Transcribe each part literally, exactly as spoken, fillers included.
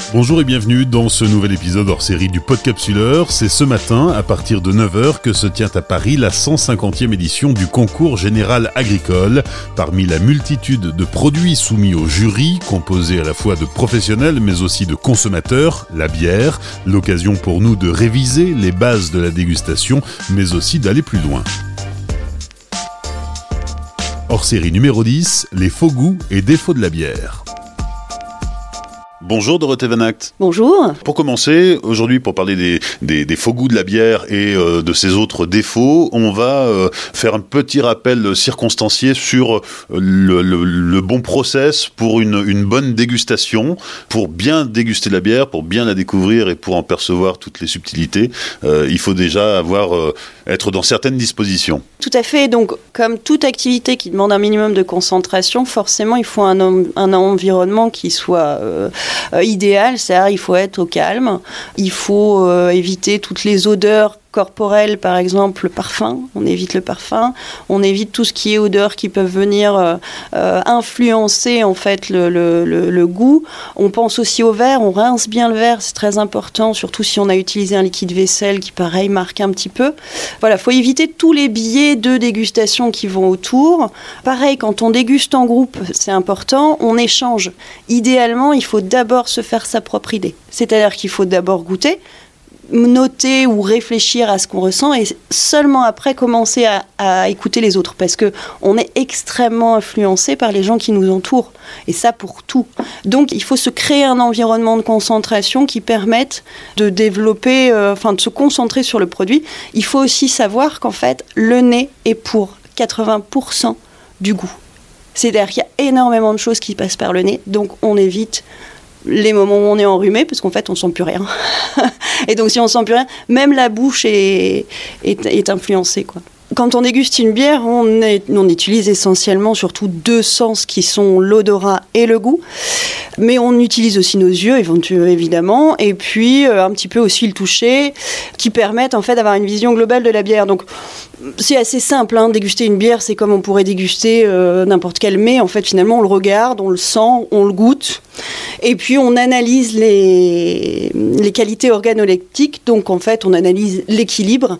Bonjour et bienvenue dans ce nouvel épisode hors série du Podcapsuleur. C'est ce matin, à partir de neuf heures, que se tient à Paris la cent cinquantième édition du concours général agricole. Parmi la multitude de produits soumis au jury, composé à la fois de professionnels mais aussi de consommateurs, la bière, l'occasion pour nous de réviser les bases de la dégustation, mais aussi d'aller plus loin. Hors série numéro dix, les faux goûts et défauts de la bière. Bonjour Dorothée Van Acht. Bonjour. Pour commencer, aujourd'hui pour parler des, des, des faux goûts de la bière et euh, de ses autres défauts, on va euh, faire un petit rappel circonstancié sur euh, le, le, le bon process pour une, une bonne dégustation. Pour bien déguster la bière, pour bien la découvrir et pour en percevoir toutes les subtilités, euh, il faut déjà avoir, euh, être dans certaines dispositions. Tout à fait. Donc, comme toute activité qui demande un minimum de concentration, forcément, il faut un, un environnement qui soit euh, euh, idéal. C'est-à-dire, il faut être au calme. Il faut euh, éviter toutes les odeurs corporelles, par exemple le parfum, on évite le parfum, on évite tout ce qui est odeurs qui peuvent venir euh, euh, influencer en fait le, le, le, le goût. On pense aussi au verre, on rince bien le verre, c'est très important, surtout si on a utilisé un liquide vaisselle qui pareil marque un petit peu. Voilà, faut éviter tous les biais de dégustation qui vont autour. Pareil, quand on déguste en groupe, c'est important, on échange. Idéalement, il faut d'abord se faire sa propre idée, c'est-à-dire qu'il faut d'abord goûter, noter ou réfléchir à ce qu'on ressent et seulement après commencer à, à écouter les autres parce qu'on est extrêmement influencé par les gens qui nous entourent et ça pour tout. Donc il faut se créer un environnement de concentration qui permette de développer, euh, enfin de se concentrer sur le produit. Il faut aussi savoir qu'en fait le nez est pour quatre-vingts pour cent du goût. C'est-à-dire qu'il y a énormément de choses qui passent par le nez, donc on évite les moments où on est enrhumé, parce qu'en fait, on ne sent plus rien. Et donc, si on ne sent plus rien, même la bouche est, est, est influencée, quoi. Quand on déguste une bière, on, est, on utilise essentiellement surtout deux sens qui sont l'odorat et le goût. Mais on utilise aussi nos yeux, évidemment, et puis euh, un petit peu aussi le toucher, qui permettent en fait d'avoir une vision globale de la bière. Donc, c'est assez simple, hein, déguster une bière, c'est comme on pourrait déguster euh, n'importe quel mets. En fait, finalement, on le regarde, on le sent, on le goûte. Et puis, on analyse les, les qualités organoleptiques. Donc, en fait, on analyse l'équilibre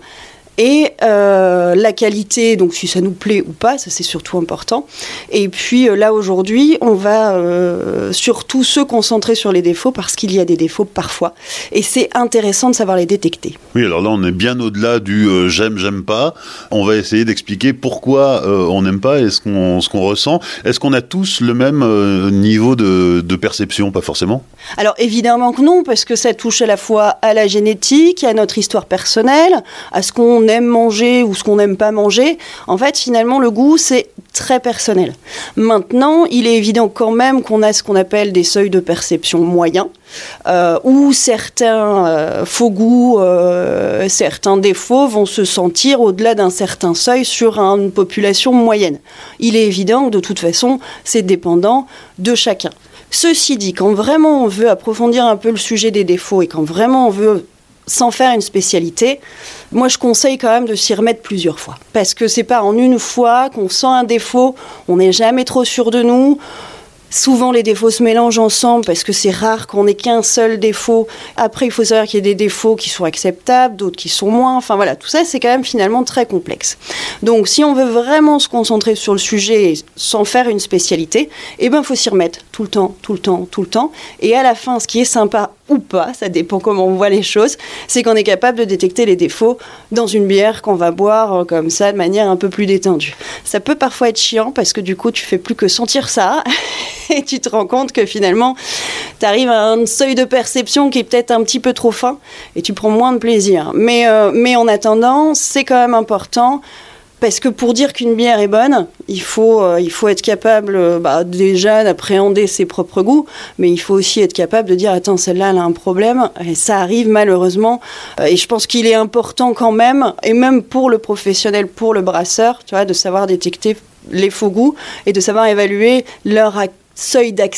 et euh, la qualité, donc si ça nous plaît ou pas, ça c'est surtout important. Et puis euh, là aujourd'hui, on va euh, surtout se concentrer sur les défauts parce qu'il y a des défauts parfois. Et c'est intéressant de savoir les détecter. Oui, alors là on est bien au-delà du euh, j'aime, j'aime pas. On va essayer d'expliquer pourquoi euh, on n'aime pas et ce qu'on, ce qu'on ressent. Est-ce qu'on a tous le même euh, niveau de, de perception? Pas forcément. Alors évidemment que non, parce que ça touche à la fois à la génétique, à notre histoire personnelle, à ce qu'on aime manger ou ce qu'on n'aime pas manger. En fait, finalement, le goût, c'est très personnel. Maintenant, il est évident quand même qu'on a ce qu'on appelle des seuils de perception moyens, euh, où certains euh, faux goûts, euh, certains défauts vont se sentir au-delà d'un certain seuil sur une population moyenne. Il est évident que de toute façon, c'est dépendant de chacun. Ceci dit, quand vraiment on veut approfondir un peu le sujet des défauts et quand vraiment on veut sans faire une spécialité, moi je conseille quand même de s'y remettre plusieurs fois. Parce que c'est pas en une fois qu'on sent un défaut, on n'est jamais trop sûr de nous. Souvent, les défauts se mélangent ensemble parce que c'est rare qu'on ait qu'un seul défaut. Après, il faut savoir qu'il y a des défauts qui sont acceptables, d'autres qui sont moins. Enfin voilà, tout ça, c'est quand même finalement très complexe. Donc, si on veut vraiment se concentrer sur le sujet sans faire une spécialité, eh ben, il faut s'y remettre tout le temps, tout le temps, tout le temps. Et à la fin, ce qui est sympa ou pas, ça dépend comment on voit les choses, c'est qu'on est capable de détecter les défauts dans une bière qu'on va boire comme ça de manière un peu plus détendue. Ça peut parfois être chiant parce que du coup, tu fais plus que sentir ça. Et tu te rends compte que finalement, tu arrives à un seuil de perception qui est peut-être un petit peu trop fin et tu prends moins de plaisir. Mais, euh, mais en attendant, c'est quand même important parce que pour dire qu'une bière est bonne, il faut, euh, il faut être capable euh, bah, déjà d'appréhender ses propres goûts, mais il faut aussi être capable de dire « Attends, celle-là, elle a un problème ». Et ça arrive malheureusement. Euh, et je pense qu'il est important quand même, et même pour le professionnel, pour le brasseur, tu vois, de savoir détecter les faux goûts et de savoir évaluer leur activité seuil d'acceptabilité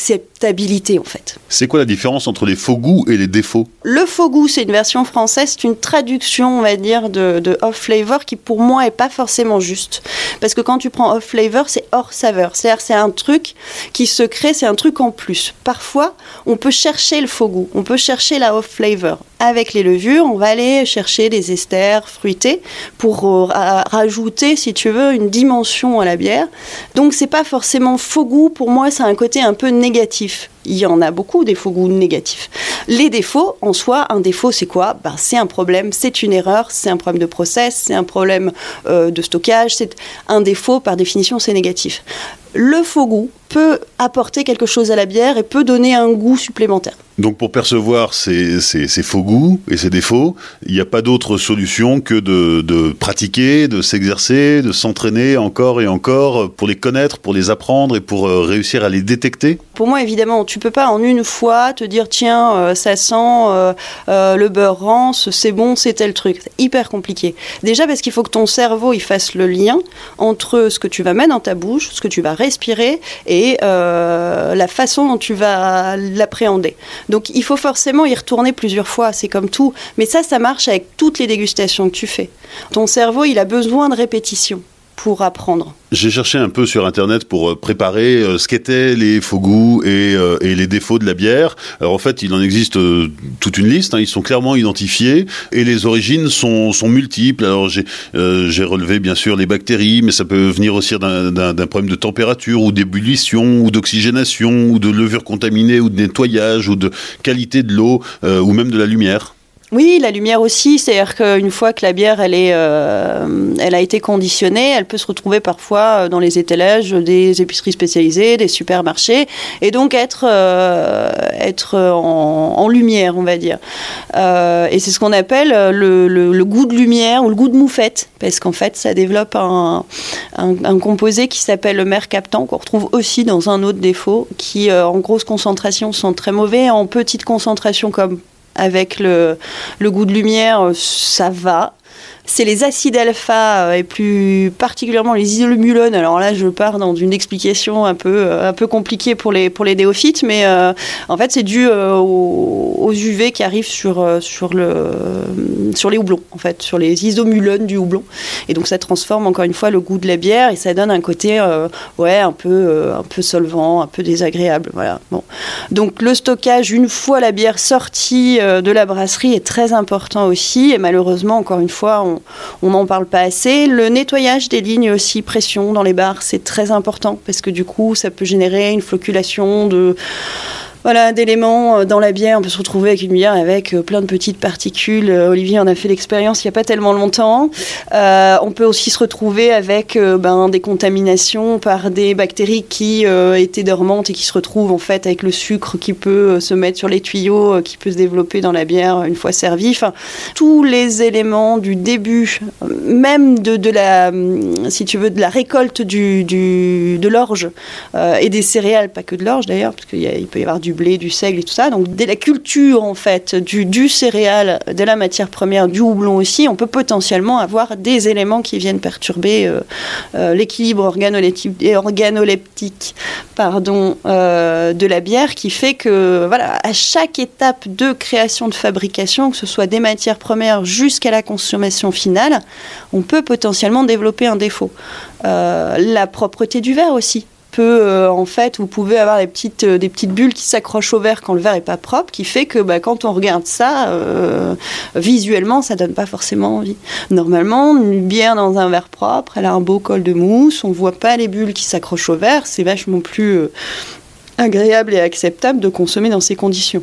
stabilité en fait. C'est quoi la différence entre les faux goûts et les défauts ? Le faux goût, c'est une version française, c'est une traduction, on va dire, de, de off-flavor qui pour moi est pas forcément juste. Parce que quand tu prends off-flavor, c'est hors saveur. C'est-à-dire c'est un truc qui se crée, c'est un truc en plus. Parfois, on peut chercher le faux goût, on peut chercher la off-flavor. Avec les levures, on va aller chercher des esters fruités pour euh, rajouter, si tu veux, une dimension à la bière. Donc c'est pas forcément faux goût, pour moi c'est un côté un peu négatif. Il y en a beaucoup des faux goûts négatifs. Les défauts, en soi, un défaut c'est quoi ? Ben, c'est un problème, c'est une erreur, c'est un problème de process, c'est un problème euh, de stockage. C'est un défaut, par définition, c'est négatif. Le faux goût peut apporter quelque chose à la bière et peut donner un goût supplémentaire. Donc pour percevoir ces, ces, ces faux goûts et ces défauts, il n'y a pas d'autre solution que de, de pratiquer, de s'exercer, de s'entraîner encore et encore pour les connaître, pour les apprendre et pour euh, réussir à les détecter ? Pour moi, évidemment, tu ne peux pas en une fois te dire tiens, euh, ça sent euh, euh, le beurre rance, c'est bon, c'est tel truc. C'est hyper compliqué. Déjà parce qu'il faut que ton cerveau il fasse le lien entre ce que tu vas mettre dans ta bouche, ce que tu vas respirer et euh, la façon dont tu vas l'appréhender. Donc il faut forcément y retourner plusieurs fois, c'est comme tout. Mais ça, ça marche avec toutes les dégustations que tu fais. Ton cerveau, il a besoin de répétition pour apprendre. J'ai cherché un peu sur Internet pour préparer euh, ce qu'étaient les faux goûts et, euh, et les défauts de la bière. Alors en fait, il en existe euh, toute une liste, hein, ils sont clairement identifiés et les origines sont, sont multiples. Alors j'ai, euh, j'ai relevé bien sûr les bactéries, mais ça peut venir aussi d'un, d'un, d'un problème de température ou d'ébullition ou d'oxygénation ou de levure contaminée ou de nettoyage ou de qualité de l'eau euh, ou même de la lumière. Oui, la lumière aussi, c'est-à-dire qu'une fois que la bière elle est, euh, elle a été conditionnée, elle peut se retrouver parfois dans les étalages des épiceries spécialisées, des supermarchés, et donc être, euh, être en, en lumière, on va dire. Euh, et c'est ce qu'on appelle le, le, le goût de lumière ou le goût de moufette, parce qu'en fait, ça développe un, un, un composé qui s'appelle le mercaptan, qu'on retrouve aussi dans un autre défaut, qui euh, en grosse concentration sont très mauvais, en petite concentration comme avec le, le goût de lumière, ça va. C'est les acides alpha et plus particulièrement les isomulones. Alors là, je pars dans une explication un peu, un peu compliquée pour les, pour les néophytes, mais euh, en fait, c'est dû euh, aux, aux U V qui arrivent sur, sur, le, sur les houblons, en fait, sur les isomulones du houblon. Et donc, ça transforme encore une fois le goût de la bière et ça donne un côté euh, ouais, un peu, euh, un peu solvant, un peu désagréable. Voilà. Bon. Donc, le stockage, une fois la bière sortie euh, de la brasserie, est très important aussi. Et malheureusement, encore une fois, on on n'en parle pas assez. Le nettoyage des lignes aussi, pression dans les bars, c'est très important parce que du coup, ça peut générer une flocculation de... Voilà, d'éléments dans la bière. On peut se retrouver avec une bière avec plein de petites particules. Olivier en a fait l'expérience il n'y a pas tellement longtemps. Euh, on peut aussi se retrouver avec euh, ben, des contaminations par des bactéries qui euh, étaient dormantes et qui se retrouvent en fait avec le sucre qui peut euh, se mettre sur les tuyaux, euh, qui peut se développer dans la bière une fois servie. Enfin, tous les éléments du début, même de, de la, si tu veux, de la récolte du, du, de l'orge euh, et des céréales, pas que de l'orge d'ailleurs, parce qu'il y a, il peut y avoir du blé, du seigle et tout ça. Donc, dès la culture, en fait, du, du céréal, de la matière première, du houblon aussi, on peut potentiellement avoir des éléments qui viennent perturber euh, euh, l'équilibre organoleptique, organoleptique pardon, euh, de la bière, qui fait que, voilà, à chaque étape de création, de fabrication, que ce soit des matières premières jusqu'à la consommation finale, on peut potentiellement développer un défaut. Euh, la propreté du verre aussi. Peut, euh, en fait, vous pouvez avoir des petites, euh, des petites bulles qui s'accrochent au verre quand le verre n'est pas propre, qui fait que bah, quand on regarde ça, euh, visuellement, ça ne donne pas forcément envie. Normalement, une bière dans un verre propre, elle a un beau col de mousse, on ne voit pas les bulles qui s'accrochent au verre, c'est vachement plus... Euh, agréable et acceptable de consommer dans ces conditions.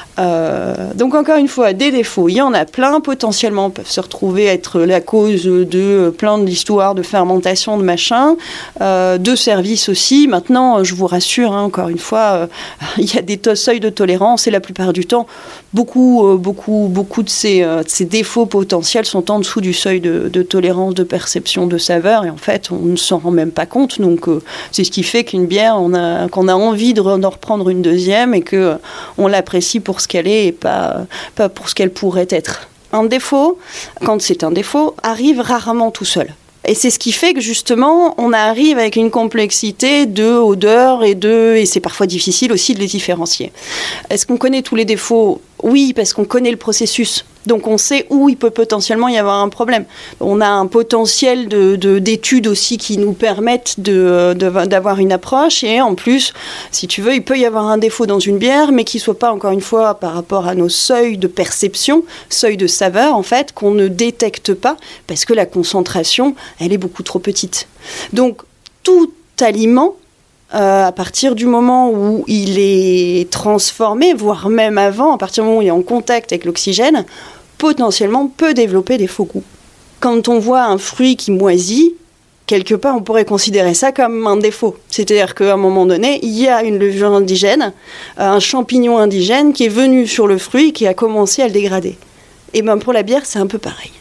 Euh, donc encore une fois, des défauts, il y en a plein, potentiellement peuvent se retrouver être la cause de plein d'histoires de fermentation, de machin, euh, de services aussi. Maintenant, je vous rassure, hein, encore une fois, euh, il y a des to- seuils de tolérance et la plupart du temps, beaucoup, euh, beaucoup, beaucoup de ces, euh, de ces défauts potentiels sont en dessous du seuil de, de tolérance, de perception, de saveur, et en fait, on ne s'en rend même pas compte. Donc, euh, c'est ce qui fait qu'une bière, on a, qu'on a envie de d'en reprendre une deuxième et qu'on l'apprécie pour ce qu'elle est et pas, pas pour ce qu'elle pourrait être. Un défaut, quand c'est un défaut, arrive rarement tout seul. Et c'est ce qui fait que justement, on arrive avec une complexité de odeurs et de, et c'est parfois difficile aussi de les différencier. Est-ce qu'on connaît tous les défauts ? Oui, parce qu'on connaît le processus. Donc on sait où il peut potentiellement y avoir un problème. On a un potentiel de, de, d'études aussi qui nous permettent de, de, d'avoir une approche. Et en plus, si tu veux, il peut y avoir un défaut dans une bière, mais qui ne soit pas, encore une fois, par rapport à nos seuils de perception, seuils de saveur, en fait, qu'on ne détecte pas, parce que la concentration, elle est beaucoup trop petite. Donc, tout aliment, Euh, à partir du moment où il est transformé, voire même avant, à partir du moment où il est en contact avec l'oxygène, potentiellement peut développer des faux goûts. Quand on voit un fruit qui moisit, quelque part on pourrait considérer ça comme un défaut. C'est-à-dire qu'à un moment donné, il y a une levure indigène, un champignon indigène qui est venu sur le fruit et qui a commencé à le dégrader. Et bien pour la bière, c'est un peu pareil.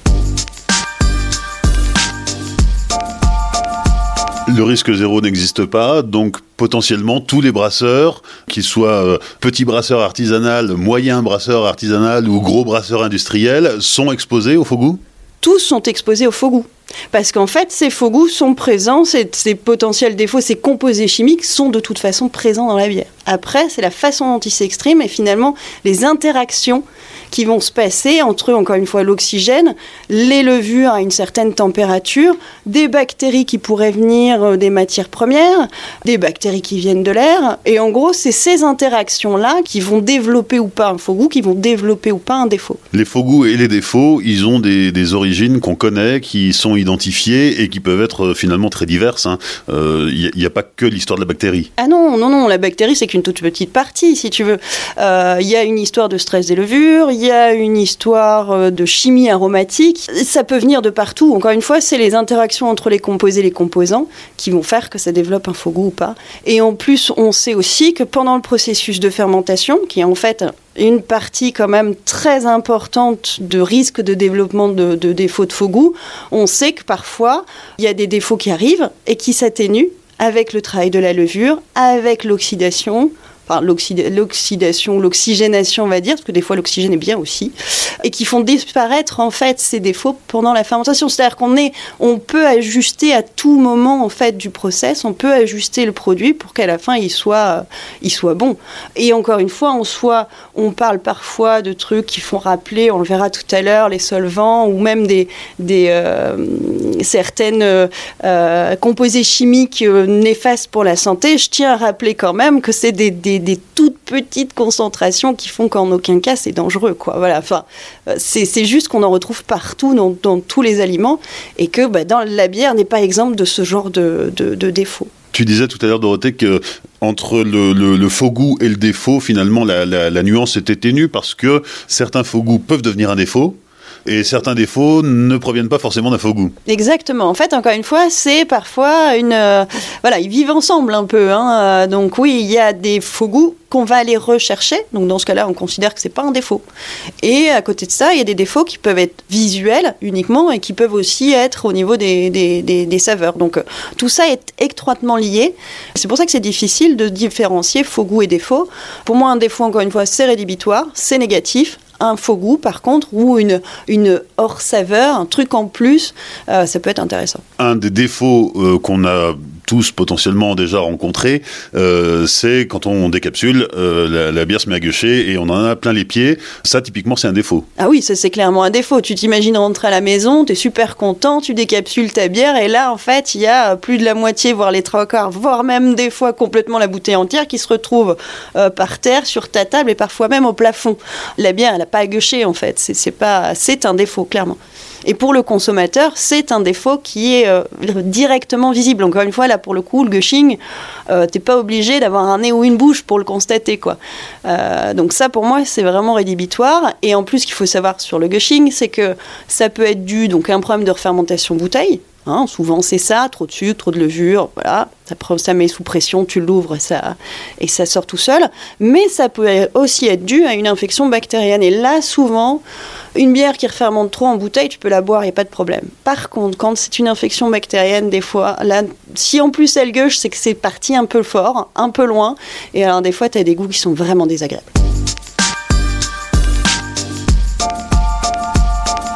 Le risque zéro n'existe pas, donc potentiellement tous les brasseurs, qu'ils soient euh, petits brasseurs artisanaux, moyens brasseurs artisanaux ou gros brasseurs industriels, sont exposés au faux goût ? Tous sont exposés au faux goût. Parce qu'en fait, ces faux goûts sont présents, ces, ces potentiels défauts, ces composés chimiques sont de toute façon présents dans la bière. Après, c'est la façon dont ils s'expriment et finalement les interactions qui vont se passer entre, encore une fois, l'oxygène, les levures à une certaine température, des bactéries qui pourraient venir des matières premières, des bactéries qui viennent de l'air. Et en gros, c'est ces interactions-là qui vont développer ou pas un faux goût, qui vont développer ou pas un défaut. Les faux goûts et les défauts, ils ont des, des origines qu'on connaît, qui sont identifiées et qui peuvent être finalement très diverses. Il hein. n'y euh, a, a pas que l'histoire de la bactérie. Ah non, non, non, la bactérie, c'est qu'une toute petite partie, si tu veux. Il euh, y a une histoire de stress des levures, il y a une histoire de chimie aromatique. Ça peut venir de partout. Encore une fois, c'est les interactions entre les composés et les composants qui vont faire que ça développe un faux goût ou pas. Et en plus, on sait aussi que pendant le processus de fermentation, qui est en fait une partie quand même très importante de risque de développement de, de défauts de faux goût, on sait que parfois, il y a des défauts qui arrivent et qui s'atténuent avec le travail de la levure, avec l'oxydation, enfin l'oxyda- l'oxydation, l'oxygénation, on va dire, parce que des fois l'oxygène est bien aussi, et qui font disparaître en fait ces défauts pendant la fermentation. C'est-à-dire qu'on est, on peut ajuster à tout moment en fait du process, on peut ajuster le produit pour qu'à la fin il soit, il soit bon. Et encore une fois, en soi, on parle parfois de trucs qui font rappeler, on le verra tout à l'heure, les solvants ou même des, des euh, certaines euh, composés chimiques euh, néfastes pour la santé. Je tiens à rappeler quand même que c'est des, des des toutes petites concentrations qui font qu'en aucun cas c'est dangereux, quoi. Voilà. Enfin, c'est, c'est juste qu'on en retrouve partout dans, dans tous les aliments et que bah, dans la bière n'est pas exemple de ce genre de, de, de défaut. Tu disais tout à l'heure, Dorothée, que entre le, le, le faux goût et le défaut, finalement, la, la, la nuance était ténue parce que certains faux goûts peuvent devenir un défaut. Et certains défauts ne proviennent pas forcément d'un faux goût. Exactement. En fait, encore une fois, c'est parfois une... Euh, voilà, ils vivent ensemble un peu. Hein. Euh, donc oui, il y a des faux goûts qu'on va aller rechercher. Donc dans ce cas-là, on considère que c'est pas un défaut. Et à côté de ça, il y a des défauts qui peuvent être visuels uniquement et qui peuvent aussi être au niveau des, des, des, des saveurs. Donc euh, tout ça est étroitement lié. C'est pour ça que c'est difficile de différencier faux goût et défaut. Pour moi, un défaut, encore une fois, c'est rédhibitoire, c'est négatif. Un faux goût, par contre, ou une, une hors-saveur, un truc en plus, euh, ça peut être intéressant. Un des défauts euh, qu'on a tous potentiellement déjà rencontrés, euh, c'est quand on décapsule, euh, la, la bière se met à gueucher et on en a plein les pieds. Ça, typiquement, c'est un défaut. Ah oui, ça c'est clairement un défaut. Tu t'imagines rentrer à la maison, t'es super content, tu décapsules ta bière et là, en fait, il y a plus de la moitié, voire les trois quarts, voire même des fois complètement la bouteille entière qui se retrouve euh, par terre, sur ta table et parfois même au plafond. La bière, elle n'a pas à gueucher, en fait. C'est, c'est, pas, c'est un défaut, clairement. Et pour le consommateur, c'est un défaut qui est euh, directement visible. Encore une fois, là, pour le coup, le gushing, euh, t'es pas obligé d'avoir un nez ou une bouche pour le constater, quoi. Euh, donc ça, pour moi, c'est vraiment rédhibitoire. Et en plus, ce qu'il faut savoir sur le gushing, c'est que ça peut être dû donc, à un problème de refermentation bouteille. Hein, souvent, c'est ça, trop de sucre, trop de levure, voilà. Ça, ça met sous pression, tu l'ouvres ça, et ça sort tout seul. Mais ça peut aussi être dû à une infection bactérienne. Et là, souvent, une bière qui refermente trop en bouteille, tu peux la boire, il n'y a pas de problème. Par contre, quand c'est une infection bactérienne, des fois, là, si en plus elle gueuche, c'est que c'est parti un peu fort, un peu loin. Et alors, des fois, tu as des goûts qui sont vraiment désagréables.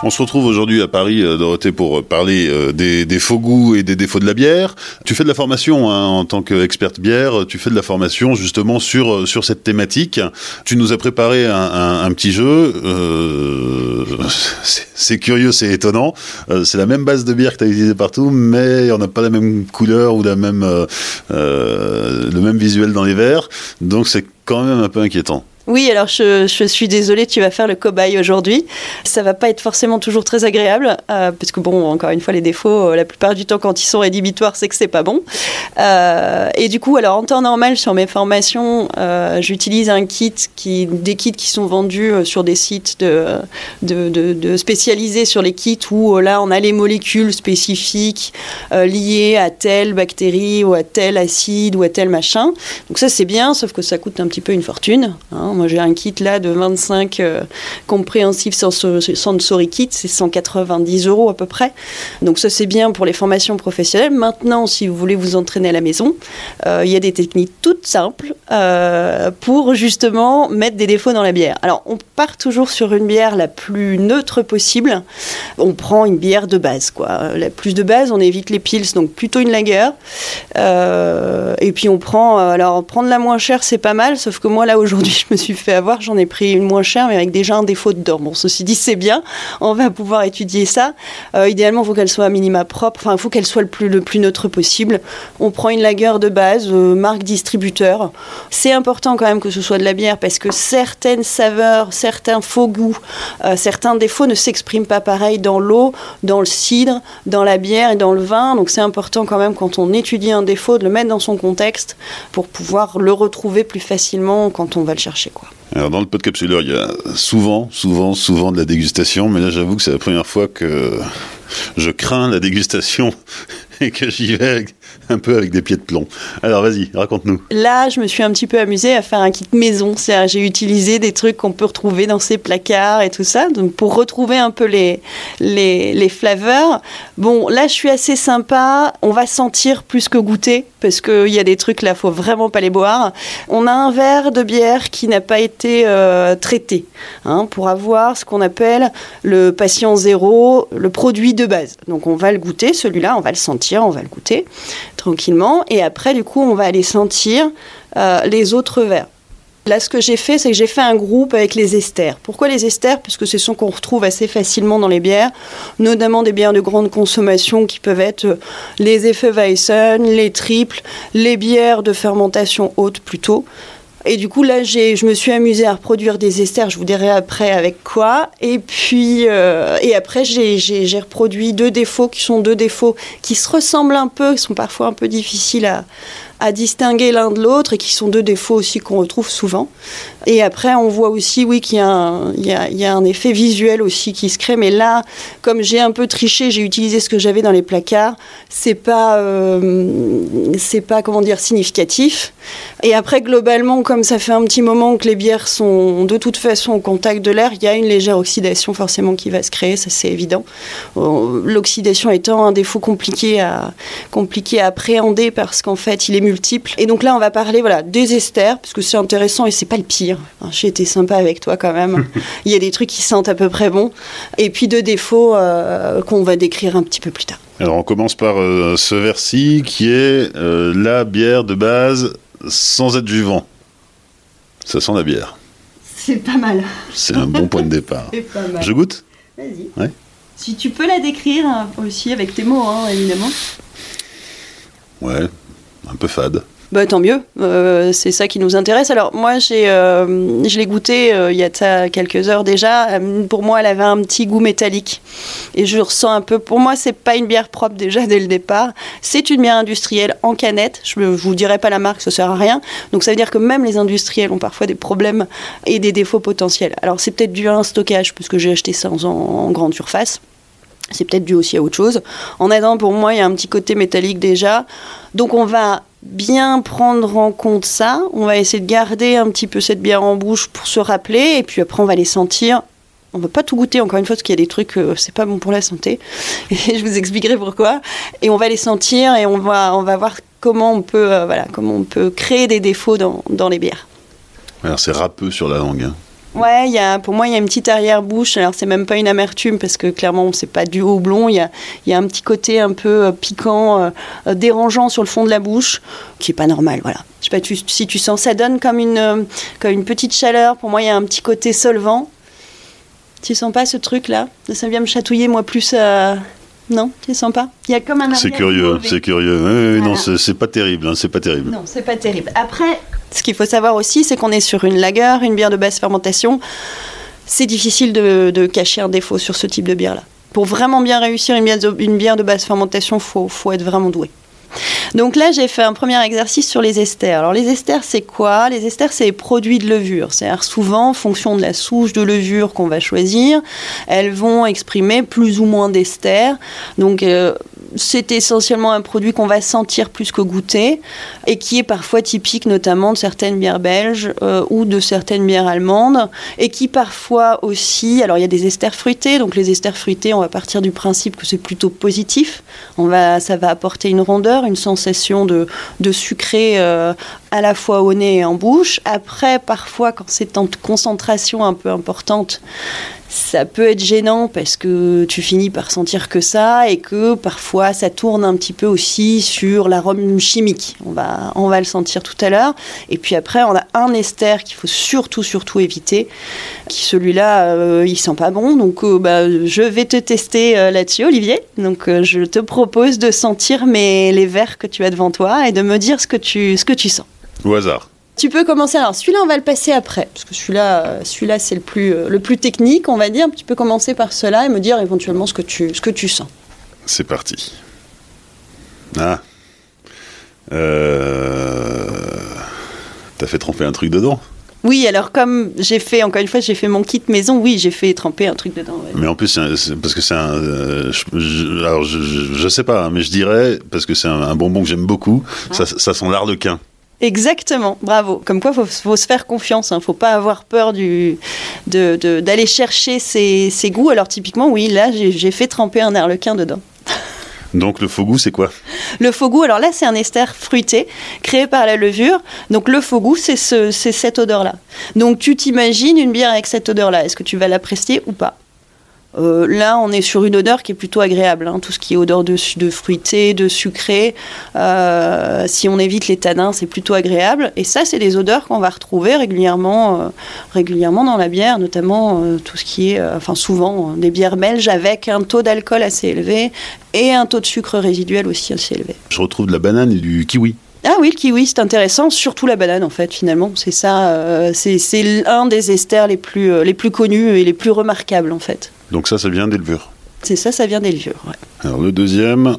On se retrouve aujourd'hui à Paris, Dorothée, pour parler des, des faux goûts et des défauts de la bière. Tu fais de la formation hein, en tant qu'experte bière, tu fais de la formation justement sur, sur cette thématique. Tu nous as préparé un, un, un petit jeu, euh, c'est, c'est curieux, c'est étonnant. Euh, c'est la même base de bière que tu as utilisée partout, mais on n'a pas la même couleur ou la même, euh, euh, le même visuel dans les verres, donc c'est quand même un peu inquiétant. Oui, alors je, je suis désolée, tu vas faire le cobaye aujourd'hui. Ça va pas être forcément toujours très agréable, euh, parce que bon, encore une fois, les défauts, euh, la plupart du temps, quand ils sont rédhibitoires, c'est que c'est pas bon. Euh, et du coup, alors en temps normal, sur mes formations, euh, j'utilise un kit, qui, des kits qui sont vendus sur des sites de, de, de, de spécialisés sur les kits où là, on a les molécules spécifiques euh, liées à telle bactérie ou à tel acide ou à tel machin. Donc ça, c'est bien, sauf que ça coûte un petit peu une fortune, hein. Moi, j'ai un kit là de vingt-cinq euh, compréhensifs sensory kits, c'est cent quatre-vingt-dix euros à peu près. Donc ça, c'est bien pour les formations professionnelles. Maintenant, si vous voulez vous entraîner à la maison, euh, il y a des techniques toutes simples euh, pour justement mettre des défauts dans la bière. Alors, on part toujours sur une bière la plus neutre possible. On prend une bière de base, quoi. La plus de base, on évite les pils, donc plutôt une lager. Euh, et puis on prend, alors prendre la moins chère, c'est pas mal, sauf que moi là aujourd'hui, je me suis fait avoir, j'en ai pris une moins chère, mais avec déjà un défaut dedans. Bon, ceci dit, c'est bien, on va pouvoir étudier ça. Euh, idéalement, il faut qu'elle soit à minima propre, enfin, il faut qu'elle soit le plus, le plus neutre possible. On prend une lager de base, euh, marque distributeur. C'est important quand même que ce soit de la bière, parce que certaines saveurs, certains faux goûts, euh, certains défauts ne s'expriment pas pareil dans l'eau, dans le cidre, dans la bière et dans le vin. Donc c'est important quand même, quand on étudie un défaut, de le mettre dans son contexte pour pouvoir le retrouver plus facilement quand on va le chercher, quoi. Alors dans le Podcapsuleur, il y a souvent, souvent, souvent de la dégustation, mais là j'avoue que c'est la première fois que je crains la dégustation et que j'y vais avec, un peu avec des pieds de plomb. Alors vas-y, raconte-nous. Là, je me suis un petit peu amusée à faire un kit maison. C'est-à-dire, j'ai utilisé des trucs qu'on peut retrouver dans ces placards et tout ça, donc pour retrouver un peu les, les, les flavors. Bon, là, je suis assez sympa. On va sentir plus que goûter, parce qu'il y a des trucs là, il ne faut vraiment pas les boire. On a un verre de bière qui n'a pas été euh, traité, hein, pour avoir ce qu'on appelle le patient zéro, le produit de base. Donc on va le goûter, celui-là, on va le sentir, on va le goûter tranquillement, et après du coup on va aller sentir euh, les autres verres. Là, ce que j'ai fait, c'est que j'ai fait un groupe avec les esters. Pourquoi les esters ? Parce que c'est ce qu'on retrouve assez facilement dans les bières, notamment des bières de grande consommation qui peuvent être les Hefeweizen, les triples, les bières de fermentation haute plutôt. Et du coup, là, j'ai, je me suis amusée à reproduire des esters. Je vous dirai après avec quoi. Et puis, euh, et après, j'ai, j'ai, j'ai reproduit deux défauts qui sont deux défauts qui se ressemblent un peu, qui sont parfois un peu difficiles à, à distinguer l'un de l'autre et qui sont deux défauts aussi qu'on retrouve souvent. Et après, on voit aussi, oui, qu'il y a un, il y a, il y a un effet visuel aussi qui se crée. Mais là, comme j'ai un peu triché, j'ai utilisé ce que j'avais dans les placards. C'est pas, euh, c'est pas, comment dire, significatif. Et après, globalement, comme ça fait un petit moment que les bières sont de toute façon au contact de l'air, il y a une légère oxydation forcément qui va se créer, ça c'est évident. L'oxydation étant un défaut compliqué à, compliqué à appréhender parce qu'en fait, il est multiple. Et donc là, on va parler, voilà, des esters, parce que c'est intéressant et c'est pas le pire. J'ai été sympa avec toi quand même. Il y a des trucs qui sentent à peu près bon. Et puis deux défauts euh, qu'on va décrire un petit peu plus tard. Alors on commence par euh, ce verre-ci qui est euh, la bière de base sans adjuvant. Ça sent la bière. C'est pas mal. C'est un bon point de départ. C'est pas mal. Je goûte ? Vas-y. Ouais. Si tu peux la décrire hein, aussi avec tes mots, hein, évidemment. Ouais, un peu fade. Bah, tant mieux, euh, c'est ça qui nous intéresse. Alors moi, j'ai, euh, je l'ai goûté euh, il y a de ça quelques heures déjà. Pour moi, elle avait un petit goût métallique. Et je ressens un peu... Pour moi, c'est pas une bière propre déjà dès le départ. C'est une bière industrielle en canette. Je ne vous dirai pas la marque, ça sert à rien. Donc ça veut dire que même les industriels ont parfois des problèmes et des défauts potentiels. Alors c'est peut-être dû à un stockage, puisque j'ai acheté ça en, en grande surface. C'est peut-être dû aussi à autre chose. En attendant, pour moi, il y a un petit côté métallique déjà. Donc on va bien prendre en compte ça. On va essayer de garder un petit peu cette bière en bouche pour se rappeler. Et puis après, on va les sentir. On ne va pas tout goûter, encore une fois, parce qu'il y a des trucs, euh, c'est pas bon pour la santé. Et je vous expliquerai pourquoi. Et on va les sentir et on va, on va voir comment on peut, euh, voilà, comment on peut créer des défauts dans, dans les bières. Alors c'est râpeux sur la langue. Hein. Ouais, y a, pour moi, il y a une petite arrière-bouche. Alors, c'est même pas une amertume parce que clairement, c'est pas du houblon. Il y a, y a un petit côté un peu euh, piquant, euh, dérangeant sur le fond de la bouche, qui est pas normal. Voilà. Je sais pas tu, si tu sens, ça donne comme une, euh, comme une petite chaleur. Pour moi, il y a un petit côté solvant. Tu sens pas ce truc-là? Ça vient me chatouiller, moi, plus. Euh... Non, tu ne sens pas? Il y a comme un C'est curieux, c'est curieux. Oui, oui, voilà. Non, c'est, c'est pas terrible, hein, c'est pas terrible. Non, c'est pas terrible. Après, ce qu'il faut savoir aussi, c'est qu'on est sur une lager, une bière de basse fermentation. C'est difficile de, de cacher un défaut sur ce type de bière-là. Pour vraiment bien réussir une bière de, une bière de basse fermentation, il faut, faut être vraiment doué. Donc là, j'ai fait un premier exercice sur les esters. Alors les esters, c'est quoi? Les esters, c'est les produits de levure. C'est-à-dire souvent, en fonction de la souche de levure qu'on va choisir, elles vont exprimer plus ou moins d'esters. Donc euh, c'est essentiellement un produit qu'on va sentir plus que goûter et qui est parfois typique notamment de certaines bières belges euh, ou de certaines bières allemandes et qui parfois aussi, alors il y a des esters fruités, donc les esters fruités, on va partir du principe que c'est plutôt positif. On va, ça va apporter une rondeur, une sensation de, de sucré euh, à la fois au nez et en bouche. Après, parfois, quand c'est en concentration un peu importante, ça peut être gênant parce que tu finis par sentir que ça et que parfois ça tourne un petit peu aussi sur l'arôme chimique. On va, on va le sentir tout à l'heure. Et puis après, on a un ester qu'il faut surtout, surtout éviter. Qui celui-là, euh, il sent pas bon. Donc, euh, bah, je vais te tester euh, là-dessus, Olivier. Donc, euh, je te propose de sentir mes, les verres que tu as devant toi et de me dire ce que tu, ce que tu sens. Au hasard. Tu peux commencer, alors celui-là on va le passer après, parce que celui-là, celui-là c'est le plus, le plus technique on va dire, tu peux commencer par cela et me dire éventuellement ce que tu, ce que tu sens. C'est parti. Ah, euh... t'as fait tremper un truc dedans? Oui, alors comme j'ai fait, encore une fois, j'ai fait mon kit maison, oui, j'ai fait tremper un truc dedans. Ouais. Mais en plus, c'est un, c'est, parce que c'est un... Euh, je, je, alors je, je, je sais pas, hein, mais je dirais, parce que c'est un, un bonbon que j'aime beaucoup, ah. ça, ça sent l'arlequin. Exactement, bravo. Comme quoi, il faut, faut se faire confiance. Il hein. ne faut pas avoir peur du, de, de, d'aller chercher ses, ses goûts. Alors typiquement, oui, là, j'ai, j'ai fait tremper un arlequin dedans. Donc le faux goût, c'est quoi? Le faux goût, alors là, c'est un ester fruité créé par la levure. Donc le faux goût, c'est, ce, c'est cette odeur-là. Donc tu t'imagines une bière avec cette odeur-là. Est-ce que tu vas l'apprécier ou pas? Euh, là, on est sur une odeur qui est plutôt agréable, hein, tout ce qui est odeur de, de fruité, de sucré. Euh, si on évite les tanins, c'est plutôt agréable. Et ça, c'est des odeurs qu'on va retrouver régulièrement, euh, régulièrement dans la bière, notamment euh, tout ce qui est, euh, enfin souvent, euh, des bières belges avec un taux d'alcool assez élevé et un taux de sucre résiduel aussi assez élevé. Je retrouve de la banane et du kiwi. Ah oui, le kiwi, c'est intéressant, surtout la banane en fait, finalement. C'est ça, euh, c'est, c'est un des esters les plus, euh, les plus connus et les plus remarquables en fait. Donc ça, ça vient des levures. C'est ça, ça vient des levures, ouais. Alors le deuxième,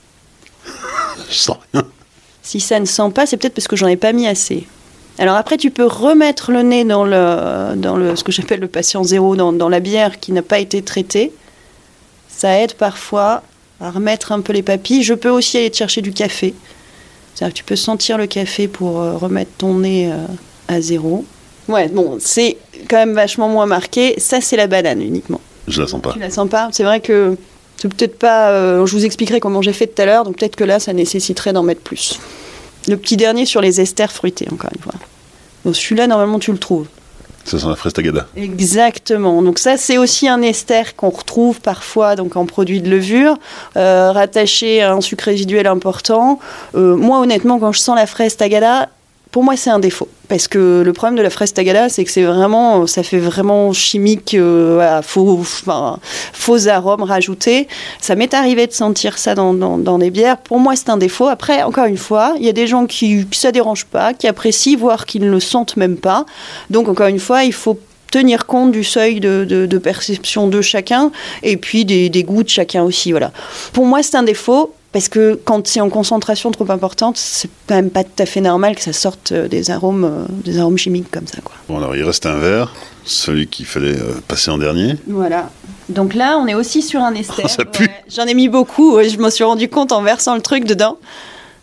je sens rien. Si ça ne sent pas, c'est peut-être parce que j'en ai pas mis assez. Alors après, tu peux remettre le nez dans, le, dans le, ce que j'appelle le patient zéro, dans, dans la bière qui n'a pas été traitée. Ça aide parfois à remettre un peu les papilles. Je peux aussi aller te chercher du café. C'est-à-dire que tu peux sentir le café pour euh, remettre ton nez euh, à zéro. Ouais, bon, c'est quand même vachement moins marqué. Ça, c'est la banane uniquement. Je la sens pas. Tu la sens pas? C'est vrai que c'est peut-être pas... Euh, je vous expliquerai comment j'ai fait tout à l'heure, donc peut-être que là, ça nécessiterait d'en mettre plus. Le petit dernier sur les esters fruités, encore une fois. Donc celui-là, normalement, tu le trouves. Ça sent la fraise tagada. Exactement. Donc ça, c'est aussi un ester qu'on retrouve parfois donc en produit de levure, euh, rattaché à un sucre résiduel important. Euh, moi, honnêtement, quand je sens la fraise tagada, pour moi, c'est un défaut. Parce que le problème de la fraise tagada, c'est que c'est vraiment, ça fait vraiment chimique, euh, voilà, faux, enfin, faux arômes rajoutés. Ça m'est arrivé de sentir ça dans, dans, dans des bières. Pour moi, c'est un défaut. Après, encore une fois, il y a des gens qui, qui ça dérange pas, qui apprécient, voire qui ne le sentent même pas. Donc, encore une fois, il faut tenir compte du seuil de, de, de perception de chacun et puis des, des goûts de chacun aussi. Voilà. Pour moi, c'est un défaut. Parce que quand c'est en concentration trop importante, c'est quand même pas tout à fait normal que ça sorte des arômes, euh, des arômes chimiques comme ça, quoi. Bon, alors il reste un verre, celui qu'il fallait euh, passer en dernier. Voilà. Donc là, on est aussi sur un ester. Oh, ça pue. Ouais. J'en ai mis beaucoup, ouais, je me suis rendu compte en versant le truc dedans.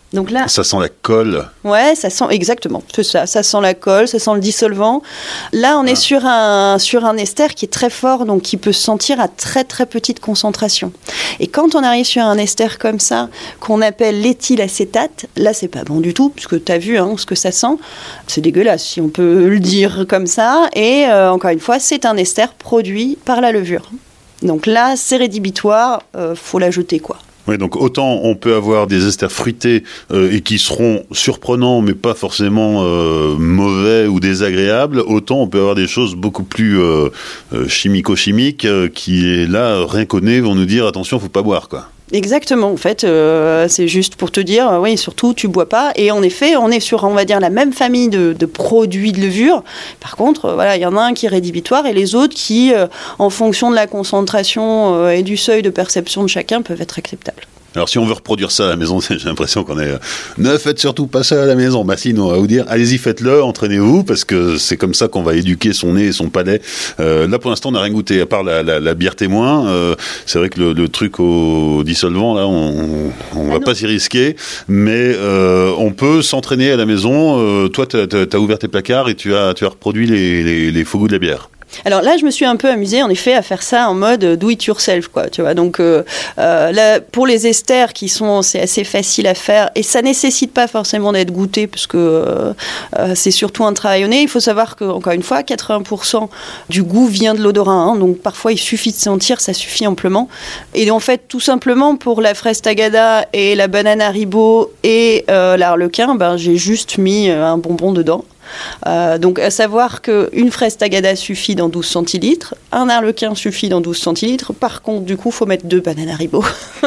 Donc là, ça sent la colle. Ouais, ça sent exactement, c'est ça. Ça sent la colle, ça sent le dissolvant. Là, on ah. est sur un sur un ester qui est très fort, donc qui peut se sentir à très très petite concentration. Et quand on arrive sur un ester comme ça, qu'on appelle l'éthylacétate, là, c'est pas bon du tout, puisque tu as vu hein, ce que ça sent. C'est dégueulasse, si on peut le dire comme ça. Et euh, encore une fois, c'est un ester produit par la levure. Donc là, c'est rédhibitoire, euh, faut la jeter quoi. Oui, donc autant on peut avoir des esters fruités euh, et qui seront surprenants mais pas forcément euh, mauvais ou désagréables, autant on peut avoir des choses beaucoup plus euh, euh, chimico-chimiques euh, qui, là, rien qu'au nez, vont nous dire attention, faut pas boire, quoi. Exactement, en fait, euh, c'est juste pour te dire, euh, oui, surtout, tu bois pas. Et en effet, on est sur, on va dire, la même famille de, de produits de levure. Par contre, euh, voilà, il y en a un qui est rédhibitoire et les autres qui, euh, en fonction de la concentration euh, et du seuil de perception de chacun, peuvent être acceptables. Alors, si on veut reproduire ça à la maison, j'ai l'impression qu'on est... Ne faites surtout pas ça à la maison. Bah si, non, on va vous dire, allez-y, faites-le, entraînez-vous, parce que c'est comme ça qu'on va éduquer son nez et son palais. Euh, là, pour l'instant, on n'a rien goûté, à part la, la, la bière témoin. Euh, c'est vrai que le, le truc au dissolvant, là, on on va ah pas s'y risquer, mais euh, on peut s'entraîner à la maison. Euh, toi, tu as ouvert tes placards et tu as, tu as reproduit les, les, les faux goûts de la bière. Alors là, je me suis un peu amusée, en effet, à faire ça en mode do it yourself, quoi. Tu vois, donc euh, euh, là, pour les esters qui sont, c'est assez facile à faire et ça nécessite pas forcément d'être goûté parce que euh, euh, c'est surtout un travail au nez. Il faut savoir que, encore une fois, quatre-vingts pour cent du goût vient de l'odorat, hein, donc parfois il suffit de sentir, ça suffit amplement. Et en fait, tout simplement pour la fraise tagada et la banane Haribo et euh, l'arlequin, ben j'ai juste mis un bonbon dedans. Euh, donc à savoir qu'une fraise tagada suffit dans douze centilitres, un arlequin suffit dans douze centilitres, par contre du coup il faut mettre deux bananes Haribo.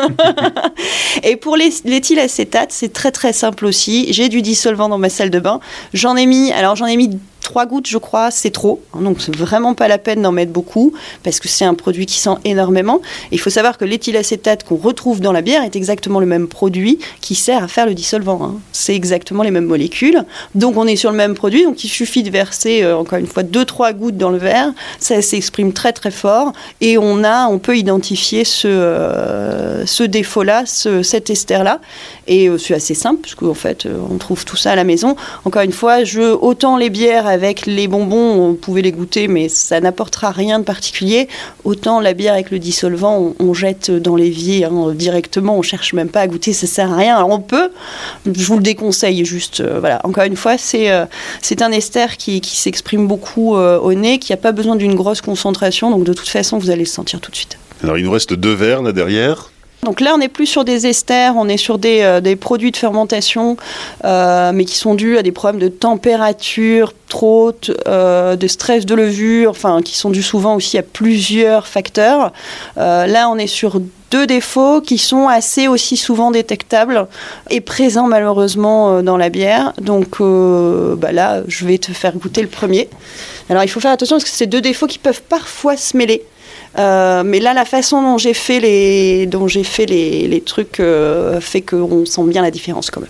Et pour les, l'éthylacétate c'est très très simple aussi, j'ai du dissolvant dans ma salle de bain, j'en ai mis, alors j'en ai mis trois gouttes je crois, c'est trop, donc c'est vraiment pas la peine d'en mettre beaucoup parce que c'est un produit qui sent énormément. Et il faut savoir que l'éthylacétate qu'on retrouve dans la bière est exactement le même produit qui sert à faire le dissolvant, hein. C'est exactement les mêmes molécules, donc on est sur le même produit, donc il suffit de verser euh, encore une fois deux trois gouttes dans le verre, ça s'exprime très très fort et on a, on peut identifier ce, euh, ce défaut là, ce, cet ester là, et euh, c'est assez simple parce qu'en fait euh, on trouve tout ça à la maison. Encore une fois, je, autant les bières avec les bonbons, on pouvait les goûter, mais ça n'apportera rien de particulier. Autant la bière avec le dissolvant, on, on jette dans l'évier hein, directement, on cherche même pas à goûter, ça sert à rien. Alors on peut, je vous le déconseille juste. Euh, voilà, encore une fois, c'est euh, c'est un ester qui, qui s'exprime beaucoup euh, au nez, qui n'a pas besoin d'une grosse concentration, donc de toute façon, vous allez le sentir tout de suite. Alors il nous reste deux verres là derrière. Donc là, on n'est plus sur des esters, on est sur des, euh, des produits de fermentation, euh, mais qui sont dus à des problèmes de température trop haute, euh, de stress de levure, enfin, qui sont dus souvent aussi à plusieurs facteurs. Euh, là, on est sur deux défauts qui sont assez aussi souvent détectables et présents malheureusement euh, dans la bière. Donc euh, bah là, je vais te faire goûter le premier. Alors, il faut faire attention parce que c'est deux défauts qui peuvent parfois se mêler. Euh, mais là, la façon dont j'ai fait les, dont j'ai fait les, les trucs euh, fait qu'on sent bien la différence quand même.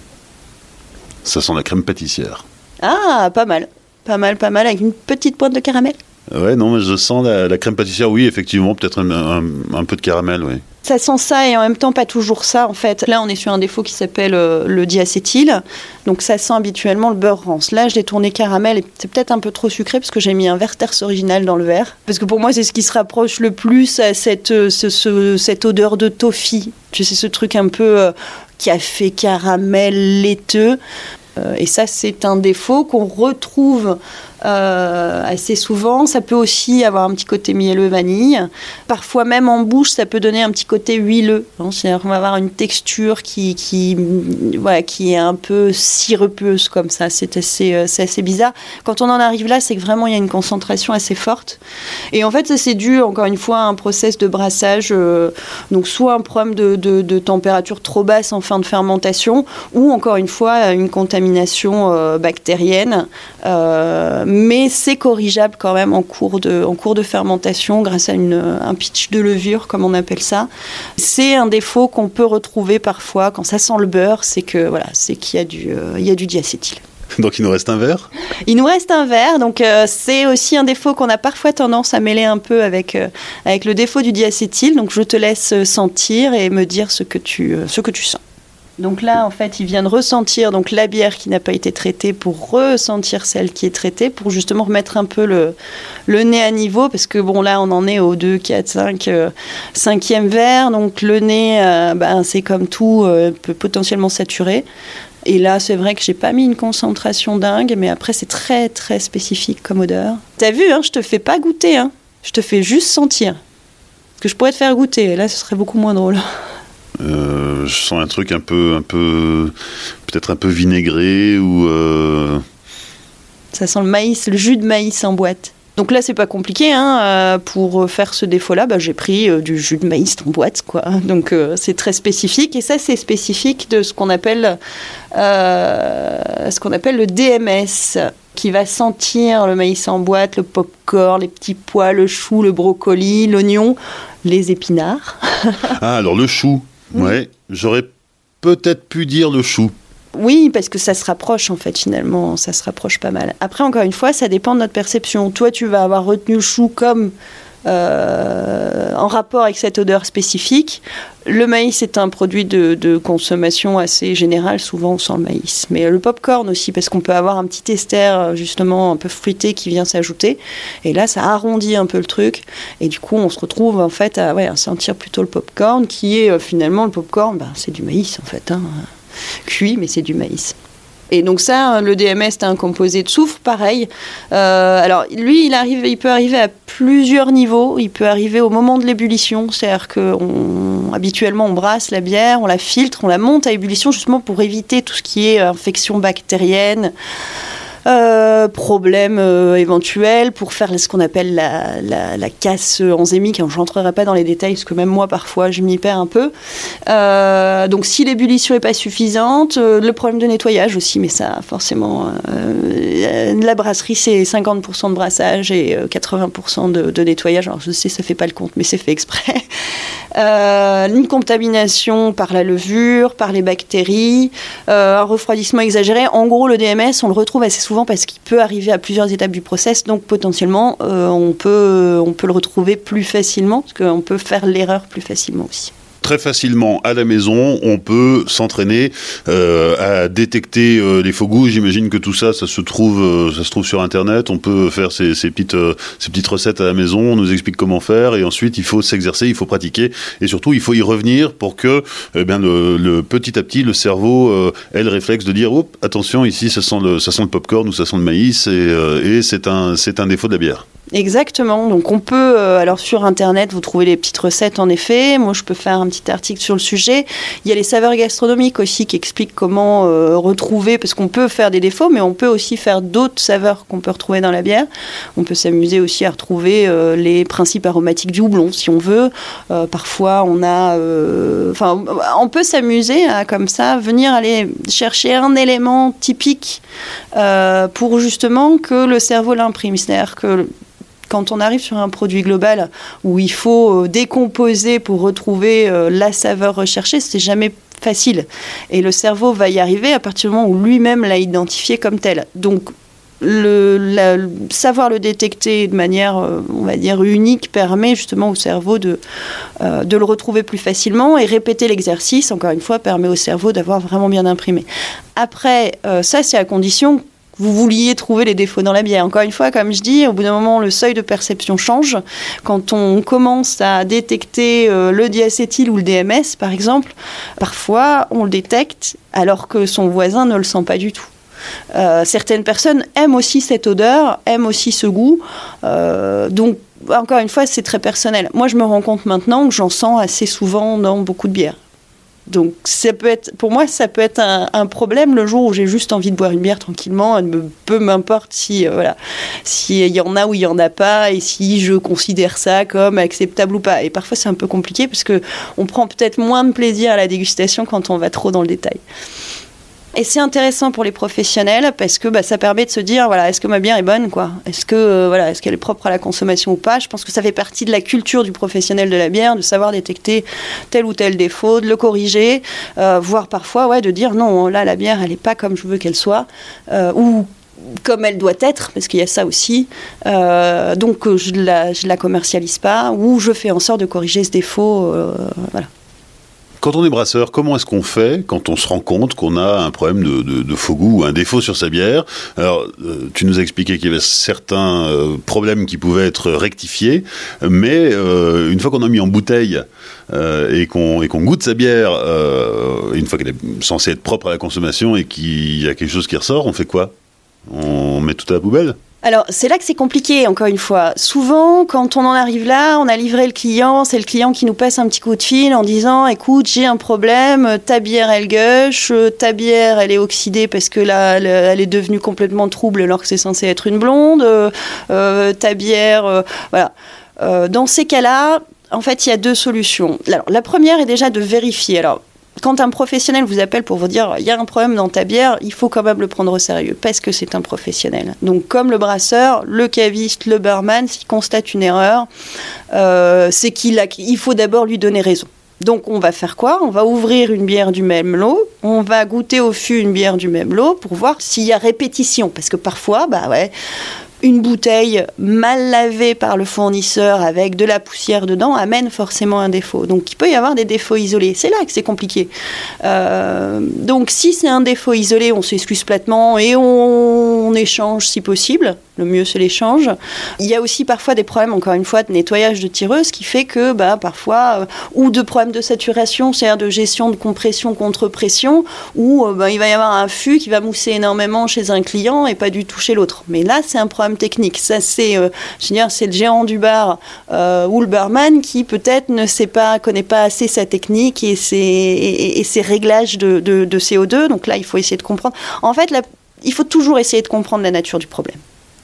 Ça sent la crème pâtissière. Ah, pas mal. Pas mal, pas mal, avec une petite pointe de caramel. Ouais, non, mais je sens la, la crème pâtissière, oui, effectivement, peut-être un, un, un peu de caramel, oui. Ça sent ça et en même temps pas toujours ça en fait. Là on est sur un défaut qui s'appelle euh, le diacétyl, donc ça sent habituellement le beurre rance. Là je l'ai tourné caramel et c'est peut-être un peu trop sucré parce que j'ai mis un Werther's original dans le verre. Parce que pour moi c'est ce qui se rapproche le plus à cette, ce, ce, cette odeur de toffee. Tu sais ce truc un peu euh, café caramel laiteux. Euh, et ça c'est un défaut qu'on retrouve Euh, assez souvent. Ça peut aussi avoir un petit côté mielleux vanille. Parfois même en bouche, ça peut donner un petit côté huileux. Hein, c'est-à-dire qu'on va avoir une texture qui, qui, ouais, qui est un peu sirupeuse comme ça. C'est assez, c'est assez bizarre. Quand on en arrive là, c'est que vraiment il y a une concentration assez forte. Et en fait, ça c'est dû encore une fois à un process de brassage. Euh, donc soit un problème de, de, de température trop basse en fin de fermentation, ou encore une fois une contamination euh, bactérienne. Euh, mais c'est corrigeable quand même en cours de, en cours de fermentation grâce à une, un pitch de levure, comme on appelle ça. C'est un défaut qu'on peut retrouver parfois quand ça sent le beurre, c'est que voilà, c'est qu'il y a du, euh, il y a du diacétyl. Donc il nous reste un verre. Il nous reste un verre, donc euh, c'est aussi un défaut qu'on a parfois tendance à mêler un peu avec, euh, avec le défaut du diacétyl. Donc je te laisse sentir et me dire ce que tu, euh, ce que tu sens. Donc là, en fait, il vient de ressentir donc, la bière qui n'a pas été traitée pour ressentir celle qui est traitée, pour justement remettre un peu le, le nez à niveau, parce que bon, là, on en est au deux, quatre, cinq, euh, cinquième verre, donc le nez, euh, ben, c'est comme tout, euh, peut potentiellement saturer. Et là, c'est vrai que j'ai pas mis une concentration dingue, mais après, c'est très, très spécifique comme odeur. T'as vu, hein, je te fais pas goûter, hein, je te fais juste sentir. Parce que je pourrais te faire goûter, là, ce serait beaucoup moins drôle. Euh, je sens un truc un peu, un peu, peut-être un peu vinaigré ou. Euh... Ça sent le maïs, le jus de maïs en boîte. Donc là, c'est pas compliqué, hein. Euh, pour faire ce défaut-là, bah, j'ai pris euh, du jus de maïs en boîte, quoi. Donc euh, c'est très spécifique, et ça, c'est spécifique de ce qu'on appelle, euh, ce qu'on appelle le D M S, qui va sentir le maïs en boîte, le pop-corn, les petits pois, le chou, le brocoli, l'oignon, les épinards. Ah, alors le chou. Ouais, j'aurais peut-être pu dire le chou. Oui, parce que ça se rapproche, en fait, finalement, ça se rapproche pas mal. Après, encore une fois, ça dépend de notre perception. Toi, tu vas avoir retenu le chou comme euh, en rapport avec cette odeur spécifique. Le maïs est un produit de, de consommation assez général, souvent on sent le maïs. Mais le pop-corn aussi, parce qu'on peut avoir un petit ester, justement, un peu fruité qui vient s'ajouter. Et là, ça arrondit un peu le truc. Et du coup, on se retrouve, en fait, à, ouais, à sentir plutôt le pop-corn, qui est, euh, finalement, le pop-corn, bah, c'est du maïs, en fait, hein. Cuit, mais c'est du maïs. Et donc ça, le D M S, c'est un composé de soufre, pareil. Euh, alors lui, il, arrive, il peut arriver à plusieurs niveaux. Il peut arriver au moment de l'ébullition, c'est-à-dire qu'habituellement, on brasse la bière, on la filtre, on la monte à ébullition justement pour éviter tout ce qui est infection bactérienne, Euh, problèmes euh, éventuels, pour faire ce qu'on appelle la, la, la casse enzymique. Je n'entrerai pas dans les détails, parce que même moi, parfois, je m'y perds un peu. Euh, donc, si l'ébullition n'est pas suffisante, euh, le problème de nettoyage aussi, mais ça, forcément, euh, la brasserie, c'est cinquante pour cent de brassage et euh, quatre-vingts pour cent de, de nettoyage. Alors, je sais, ça ne fait pas le compte, mais c'est fait exprès. Euh, une contamination par la levure, par les bactéries, euh, un refroidissement exagéré. En gros, le D M S, on le retrouve assez souvent parce qu'il peut arriver à plusieurs étapes du process, donc potentiellement, euh, on peut, on peut le retrouver plus facilement, parce qu'on peut faire l'erreur plus facilement aussi. Très facilement à la maison, on peut s'entraîner euh, à détecter euh, les faux goûts. J'imagine que tout ça, ça se trouve, euh, ça se trouve sur Internet. On peut faire ces, ces petites, euh, ces petites recettes à la maison. On nous explique comment faire, et ensuite il faut s'exercer, il faut pratiquer, et surtout il faut y revenir pour que, eh bien, le, le petit à petit, le cerveau euh, ait le réflexe de dire, oups, attention, ici ça sent le, ça sent le popcorn ou ça sent le maïs, et, euh, et c'est un, c'est un défaut de la bière. Exactement, donc on peut, euh, alors sur Internet, vous trouvez les petites recettes en effet, moi je peux faire un petit article sur le sujet. Il y a les saveurs gastronomiques aussi qui expliquent comment euh, retrouver, parce qu'on peut faire des défauts, mais on peut aussi faire d'autres saveurs qu'on peut retrouver dans la bière. On peut s'amuser aussi à retrouver euh, les principes aromatiques du houblon, si on veut. Euh, parfois on a, enfin, euh, on peut s'amuser à, comme ça, venir aller chercher un élément typique euh, pour justement que le cerveau l'imprime, c'est-à-dire que quand on arrive sur un produit global où il faut décomposer pour retrouver la saveur recherchée, c'est jamais facile. Et le cerveau va y arriver à partir du moment où lui-même l'a identifié comme tel. Donc, le, la, savoir le détecter de manière, on va dire, unique permet justement au cerveau de, euh, de le retrouver plus facilement, et répéter l'exercice, encore une fois, permet au cerveau d'avoir vraiment bien imprimé. Après, euh, ça, c'est à condition vous vouliez trouver les défauts dans la bière. Encore une fois, comme je dis, au bout d'un moment, le seuil de perception change. Quand on commence à détecter euh, le diacétyl ou le D M S, par exemple, parfois, on le détecte alors que son voisin ne le sent pas du tout. Euh, certaines personnes aiment aussi cette odeur, aiment aussi ce goût. Euh, donc, encore une fois, c'est très personnel. Moi, je me rends compte maintenant que j'en sens assez souvent dans beaucoup de bières. Donc, ça peut être, pour moi, ça peut être un, un problème le jour où j'ai juste envie de boire une bière tranquillement. Me, peu m'importe si, euh, voilà, s'il y en a ou il n'y en a pas, et si je considère ça comme acceptable ou pas. Et parfois, c'est un peu compliqué parce qu'on prend peut-être moins de plaisir à la dégustation quand on va trop dans le détail. Et c'est intéressant pour les professionnels parce que bah, ça permet de se dire, voilà, est-ce que ma bière est bonne, quoi ? Est-ce que, euh, voilà, est-ce qu'elle est propre à la consommation ou pas ? Je pense que ça fait partie de la culture du professionnel de la bière, de savoir détecter tel ou tel défaut, de le corriger, euh, voire parfois, ouais, de dire non, là, la bière, elle n'est pas comme je veux qu'elle soit, euh, ou comme elle doit être, parce qu'il y a ça aussi, euh, donc je la, je la commercialise pas, ou je fais en sorte de corriger ce défaut, euh, voilà. Quand on est brasseur, comment est-ce qu'on fait quand on se rend compte qu'on a un problème de, de, de faux goût ou un défaut sur sa bière? Alors, euh, tu nous as expliqué qu'il y avait certains euh, problèmes qui pouvaient être rectifiés, mais euh, une fois qu'on a mis en bouteille euh, et, qu'on, et qu'on goûte sa bière, euh, une fois qu'elle est censée être propre à la consommation et qu'il y a quelque chose qui ressort, on fait quoi? On met tout à la poubelle? Alors, c'est là que c'est compliqué, encore une fois. Souvent, quand on en arrive là, on a livré le client, c'est le client qui nous passe un petit coup de fil en disant « Écoute, j'ai un problème, ta bière, elle gueuche, ta bière, elle est oxydée parce que là, elle est devenue complètement trouble alors que c'est censé être une blonde, euh, ta bière... Euh, » Voilà. Euh, dans ces cas-là, en fait, il y a deux solutions. Alors, la première est déjà de vérifier. Alors, quand un professionnel vous appelle pour vous dire il y a un problème dans ta bière, il faut quand même le prendre au sérieux parce que c'est un professionnel. Donc comme le brasseur, le caviste, le barman, s'il constate une erreur, euh, c'est qu'il a, il faut d'abord lui donner raison. Donc on va faire quoi? On va ouvrir une bière du même lot, on va goûter au fût une bière du même lot pour voir s'il y a répétition. Parce que parfois, bah ouais... une bouteille mal lavée par le fournisseur avec de la poussière dedans amène forcément un défaut. Donc, il peut y avoir des défauts isolés. C'est là que c'est compliqué. Euh, donc, si c'est un défaut isolé, on s'excuse platement et on, on échange si possible. Le mieux, c'est l'échange. Il y a aussi parfois des problèmes, encore une fois, de nettoyage de tireuse qui fait que, bah, parfois, euh, ou de problèmes de saturation, c'est-à-dire de gestion de compression contre pression, où euh, bah, il va y avoir un fût qui va mousser énormément chez un client et pas du tout chez l'autre. Mais là, c'est un problème technique. Ça, c'est, euh, je veux dire, c'est le gérant du bar euh, ou le barman qui peut-être ne sait pas, connaît pas assez sa technique et ses, et, et ses réglages de, de, de C O deux. Donc là, il faut essayer de comprendre. En fait, là, il faut toujours essayer de comprendre la nature du problème.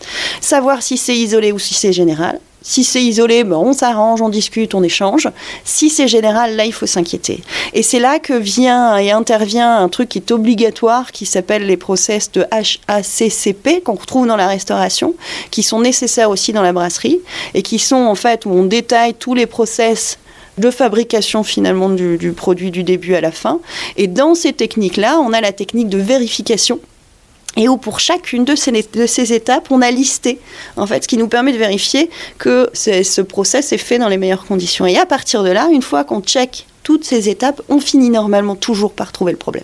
Savoir si c'est isolé ou si c'est général. Si c'est isolé, ben on s'arrange, on discute, on échange. Si c'est général, là, il faut s'inquiéter. Et c'est là que vient et intervient un truc qui est obligatoire, qui s'appelle les process de H A C C P, qu'on retrouve dans la restauration, qui sont nécessaires aussi dans la brasserie, et qui sont, en fait, où on détaille tous les process de fabrication, finalement, du, du produit du début à la fin. Et dans ces techniques-là, on a la technique de vérification, et où pour chacune de ces, de ces étapes, on a listé, en fait, ce qui nous permet de vérifier que ce process est fait dans les meilleures conditions. Et à partir de là, une fois qu'on check toutes ces étapes, on finit normalement toujours par trouver le problème.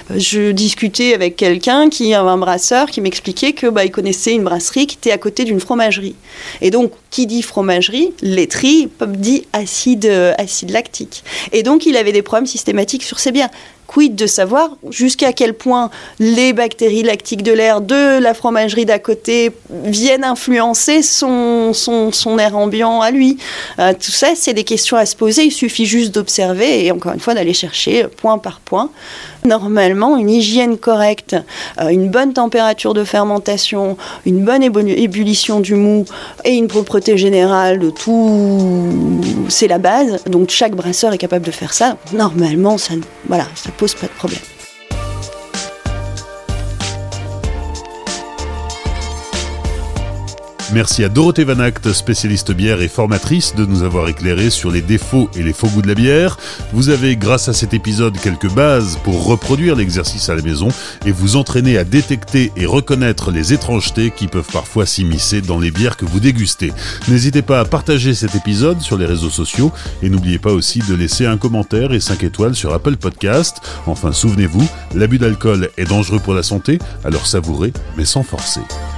Je discutais avec quelqu'un qui avait un brasseur qui m'expliquait que bah, il connaissait une brasserie qui était à côté d'une fromagerie. Et donc, qui dit fromagerie, laiterie, dit acide, acide lactique. Et donc, il avait des problèmes systématiques sur ses bières. Quid de savoir jusqu'à quel point les bactéries lactiques de l'air de la fromagerie d'à côté viennent influencer son, son, son air ambiant à lui. Euh, tout ça, c'est des questions à se poser. Il suffit juste d'observer et encore une fois d'aller chercher point par point. Normalement, une hygiène correcte, euh, une bonne température de fermentation, une bonne ébullition du mou et une propreté générale de tout, c'est la base. Donc chaque brasseur est capable de faire ça. Normalement, ça, voilà, ça pose pas de problème. Merci à Dorothée Van Act, spécialiste bière et formatrice, de nous avoir éclairé sur les défauts et les faux goûts de la bière. Vous avez, grâce à cet épisode, quelques bases pour reproduire l'exercice à la maison et vous entraîner à détecter et reconnaître les étrangetés qui peuvent parfois s'immiscer dans les bières que vous dégustez. N'hésitez pas à partager cet épisode sur les réseaux sociaux et n'oubliez pas aussi de laisser un commentaire et cinq étoiles sur Apple Podcast. Enfin, souvenez-vous, l'abus d'alcool est dangereux pour la santé, alors savourez, mais sans forcer.